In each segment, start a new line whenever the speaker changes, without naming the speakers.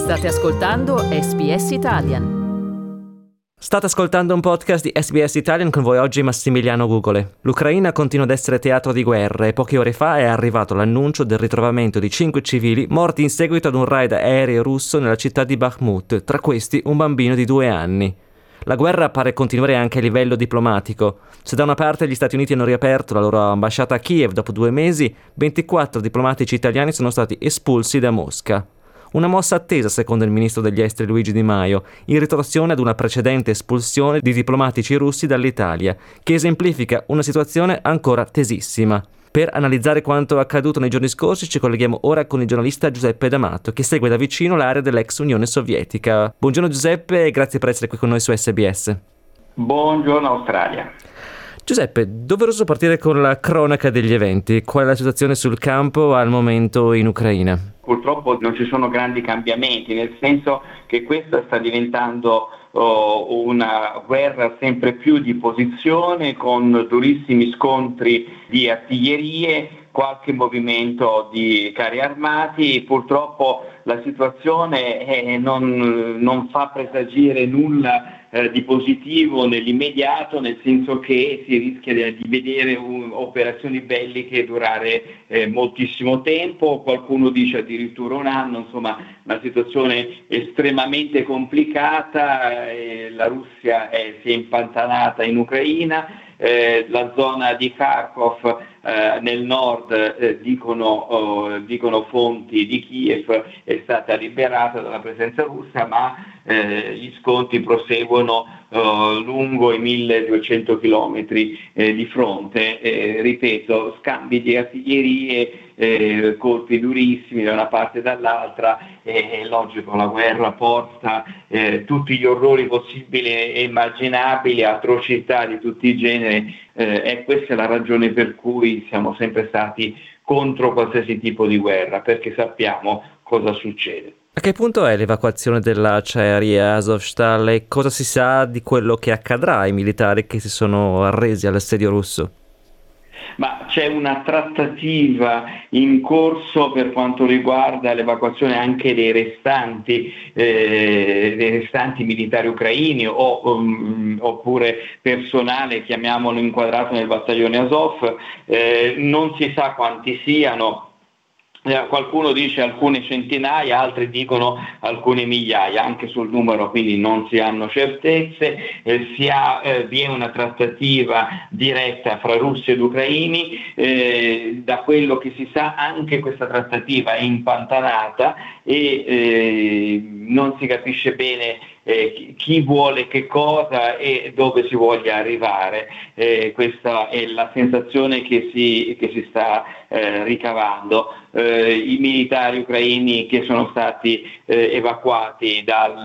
State ascoltando SBS Italian.
State ascoltando un podcast di SBS Italian con voi oggi Massimiliano Gugole. L'Ucraina continua ad essere teatro di guerra e poche ore fa è arrivato l'annuncio del ritrovamento di 5 civili morti in seguito ad un raid aereo russo nella città di Bakhmut, tra questi un bambino di 2 anni. La guerra pare continuare anche a livello diplomatico. Se da una parte gli Stati Uniti hanno riaperto la loro ambasciata a Kiev dopo 2 mesi, 24 diplomatici italiani sono stati espulsi da Mosca. Una mossa attesa secondo il ministro degli esteri Luigi Di Maio, in ritorsione ad una precedente espulsione di diplomatici russi dall'Italia, che esemplifica una situazione ancora tesissima. Per analizzare quanto accaduto nei giorni scorsi ci colleghiamo ora con il giornalista Giuseppe D'Amato, che segue da vicino l'area dell'ex Unione Sovietica. Buongiorno Giuseppe e grazie per essere qui con noi su SBS.
Buongiorno Australia.
Giuseppe, doveroso partire con la cronaca degli eventi. Qual è la situazione sul campo al momento in Ucraina?
Purtroppo non ci sono grandi cambiamenti, nel senso che questa sta diventando una guerra sempre più di posizione, con durissimi scontri di artiglierie, qualche movimento di carri armati. Purtroppo la situazione non fa presagire nulla di positivo nell'immediato, nel senso che si rischia di vedere operazioni belliche durare moltissimo tempo, qualcuno dice addirittura un anno, insomma una situazione estremamente complicata. La Russia si è impantanata in Ucraina, la zona di Kharkov nel nord, dicono fonti di Kiev, è stata liberata dalla presenza russa, ma gli scontri proseguono lungo i 1200 chilometri di fronte, ripeto, scambi di artiglierie, colpi durissimi da una parte e dall'altra. È logico, la guerra porta tutti gli orrori possibili e immaginabili, atrocità di tutti i generi, e questa è la ragione per cui siamo sempre stati contro qualsiasi tipo di guerra, perché sappiamo cosa succede.
A che punto è l'evacuazione dell'acciaieria Azovstal e cosa si sa di quello che accadrà ai militari che si sono arresi all'assedio russo?
Ma c'è una trattativa in corso per quanto riguarda l'evacuazione anche dei restanti militari ucraini oppure personale, chiamiamolo, inquadrato nel battaglione Azov. Non si sa quanti siano. Qualcuno dice alcune centinaia, altri dicono alcune migliaia, anche sul numero quindi non si hanno certezze. Vi è una trattativa diretta fra russi ed ucraini, da quello che si sa anche questa trattativa è impantanata e non si capisce bene chi vuole che cosa e dove si voglia arrivare. Questa è la sensazione che si sta ricavando. I militari ucraini che sono stati evacuati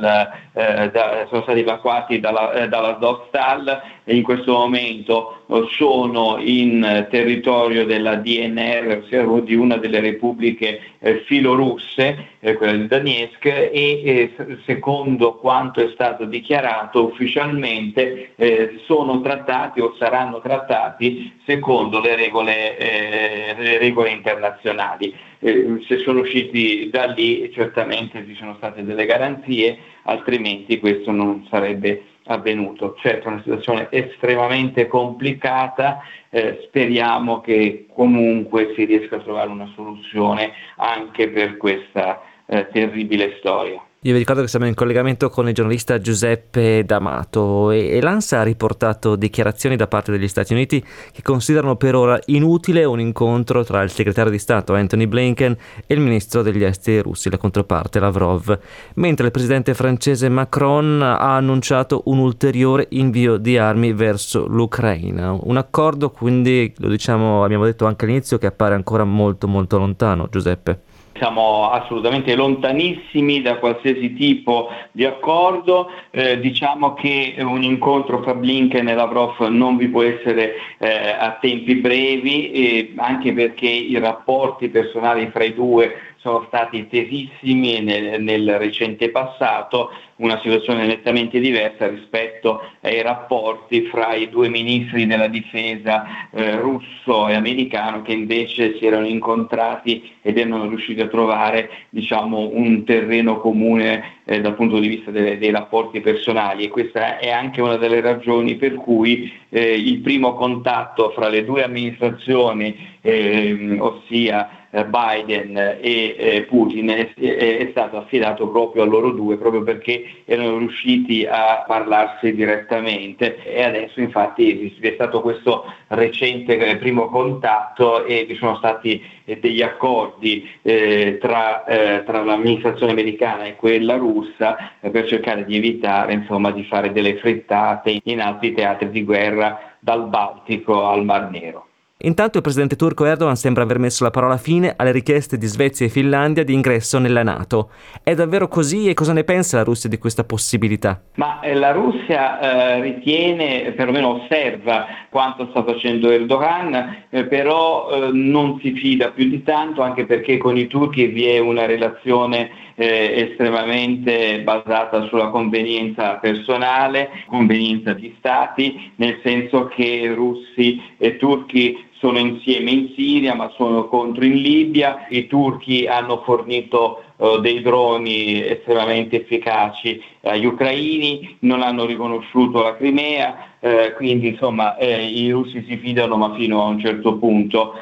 dall'Azovstal in questo momento sono in territorio della DNR, ossia di una delle repubbliche filorusse, quella di Donetsk, e secondo quanto è stato dichiarato ufficialmente sono trattati o saranno trattati secondo le regole internazionali. Se sono usciti da lì certamente ci sono state delle garanzie, altrimenti questo non sarebbe avvenuto. Certo, è una situazione estremamente complicata, speriamo che comunque si riesca a trovare una soluzione anche per questa terribile storia.
Io vi ricordo che siamo in collegamento con il giornalista Giuseppe D'Amato e l'ANSA ha riportato dichiarazioni da parte degli Stati Uniti che considerano per ora inutile un incontro tra il segretario di Stato Antony Blinken e il ministro degli esteri russi, la controparte Lavrov, mentre il presidente francese Macron ha annunciato un ulteriore invio di armi verso l'Ucraina. Un accordo quindi, abbiamo detto anche all'inizio, che appare ancora molto molto lontano, Giuseppe.
Siamo assolutamente lontanissimi da qualsiasi tipo di accordo. Diciamo che un incontro fra Blinken e Lavrov non vi può essere a tempi brevi, anche perché i rapporti personali fra i due sono stati tesissimi nel recente passato, una situazione nettamente diversa rispetto ai rapporti fra i due ministri della difesa russo e americano, che invece si erano incontrati ed erano riusciti a trovare un terreno comune dal punto di vista dei rapporti personali, e questa è anche una delle ragioni per cui il primo contatto fra le due amministrazioni, ossia Biden e Putin, è stato affidato proprio a loro due, proprio perché erano riusciti a parlarsi direttamente, e adesso infatti è stato questo recente primo contatto e vi sono stati degli accordi tra l'amministrazione americana e quella russa per cercare di evitare di fare delle frettate in altri teatri di guerra, dal Baltico al Mar Nero.
Intanto il presidente turco Erdogan sembra aver messo la parola fine alle richieste di Svezia e Finlandia di ingresso nella NATO. È davvero così, e cosa ne pensa la Russia di questa possibilità?
Ma la Russia ritiene, perlomeno osserva quanto sta facendo Erdogan, però non si fida più di tanto, anche perché con i turchi vi è una relazione estremamente basata sulla convenienza personale, convenienza di stati, nel senso che russi e turchi sono insieme in Siria ma sono contro in Libia. I turchi hanno fornito dei droni estremamente efficaci agli ucraini, non hanno riconosciuto la Crimea, quindi i russi si fidano ma fino a un certo punto.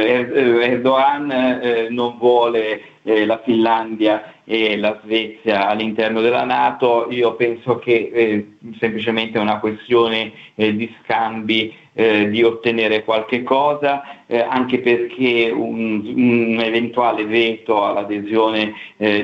Erdogan non vuole la Finlandia e la Svezia all'interno della NATO. Io penso che semplicemente è una questione di scambi, di ottenere qualche cosa, anche perché un eventuale veto all'adesione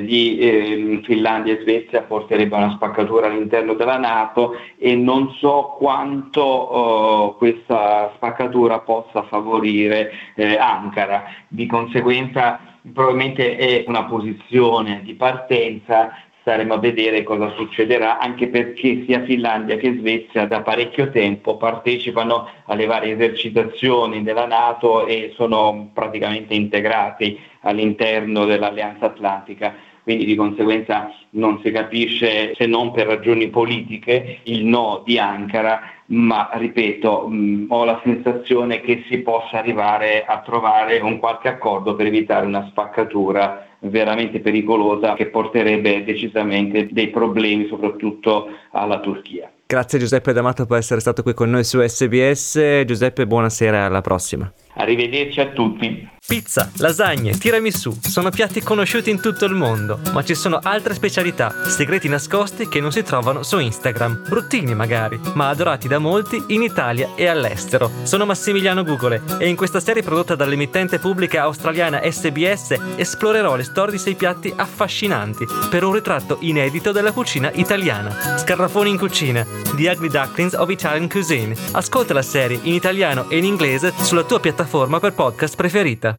di Finlandia e Svezia porterebbe a una spaccatura all'interno della NATO, e non so quanto questa spaccatura possa favorire Ankara. Di conseguenza probabilmente è una posizione di partenza. Staremo a vedere cosa succederà, anche perché sia Finlandia che Svezia da parecchio tempo partecipano alle varie esercitazioni della NATO e sono praticamente integrati all'interno dell'Alleanza Atlantica. Quindi di conseguenza non si capisce, se non per ragioni politiche, il no di Ankara, ma ripeto, ho la sensazione che si possa arrivare a trovare un qualche accordo per evitare una spaccatura veramente pericolosa che porterebbe decisamente dei problemi soprattutto alla Turchia.
Grazie Giuseppe D'Amato per essere stato qui con noi su SBS. Giuseppe, buonasera, alla prossima.
Arrivederci a tutti.
Pizza, lasagne, tiramisù sono piatti conosciuti in tutto il mondo, ma ci sono altre specialità, segreti nascosti che non si trovano su Instagram, bruttini magari, ma adorati da molti in Italia e all'estero. Sono Massimiliano Gugole e in questa serie prodotta dall'emittente pubblica australiana SBS esplorerò le storie di 6 piatti affascinanti per un ritratto inedito della cucina italiana. Scarrafoni in cucina, The Ugly Ducklings of Italian Cuisine. Ascolta la serie in italiano e in inglese sulla tua piattaforma per podcast preferita.